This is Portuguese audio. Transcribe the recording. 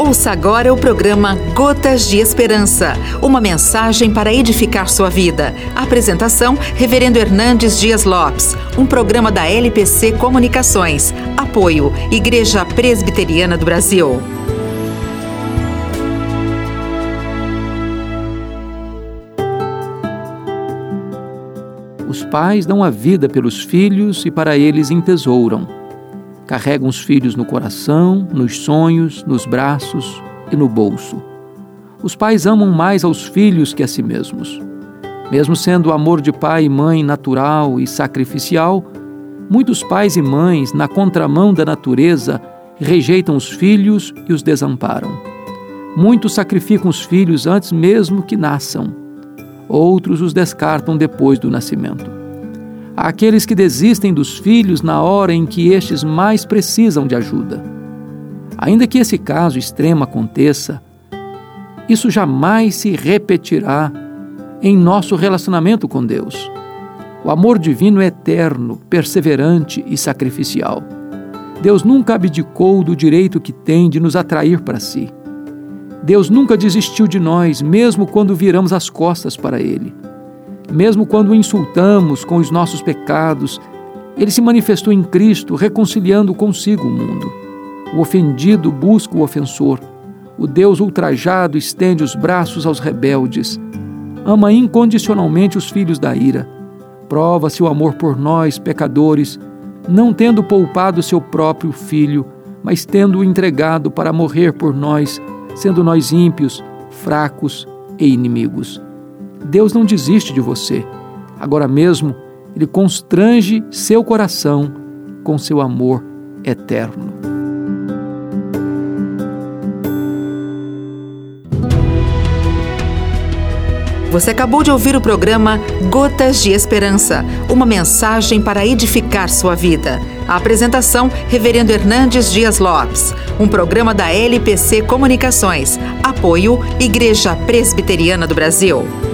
Ouça agora o programa Gotas de Esperança, uma mensagem para edificar sua vida. Apresentação, Reverendo Hernandes Dias Lopes, um programa da LPC Comunicações. Apoio, Igreja Presbiteriana do Brasil. Os pais dão a vida pelos filhos e para eles entesouram. Carregam os filhos no coração, nos sonhos, nos braços e no bolso. Os pais amam mais aos filhos que a si mesmos. Mesmo sendo o amor de pai e mãe natural e sacrificial, muitos pais e mães, na contramão da natureza, rejeitam os filhos e os desamparam. Muitos sacrificam os filhos antes mesmo que nasçam. Outros os descartam depois do nascimento. Há aqueles que desistem dos filhos na hora em que estes mais precisam de ajuda. Ainda que esse caso extremo aconteça, isso jamais se repetirá em nosso relacionamento com Deus. O amor divino é eterno, perseverante e sacrificial. Deus nunca abdicou do direito que tem de nos atrair para si. Deus nunca desistiu de nós, mesmo quando viramos as costas para Ele. Mesmo quando o insultamos com os nossos pecados, Ele se manifestou em Cristo, reconciliando consigo o mundo. O ofendido busca o ofensor. O Deus ultrajado estende os braços aos rebeldes. Ama incondicionalmente os filhos da ira. Prova seu amor por nós, pecadores, não tendo poupado seu próprio Filho, mas tendo-o entregado para morrer por nós, sendo nós ímpios, fracos e inimigos. Deus não desiste de você. Agora mesmo, Ele constrange seu coração com seu amor eterno. Você acabou de ouvir o programa Gotas de Esperança, uma mensagem para edificar sua vida. A apresentação, Reverendo Hernandes Dias Lopes, um programa da LPC Comunicações. Apoio, Igreja Presbiteriana do Brasil.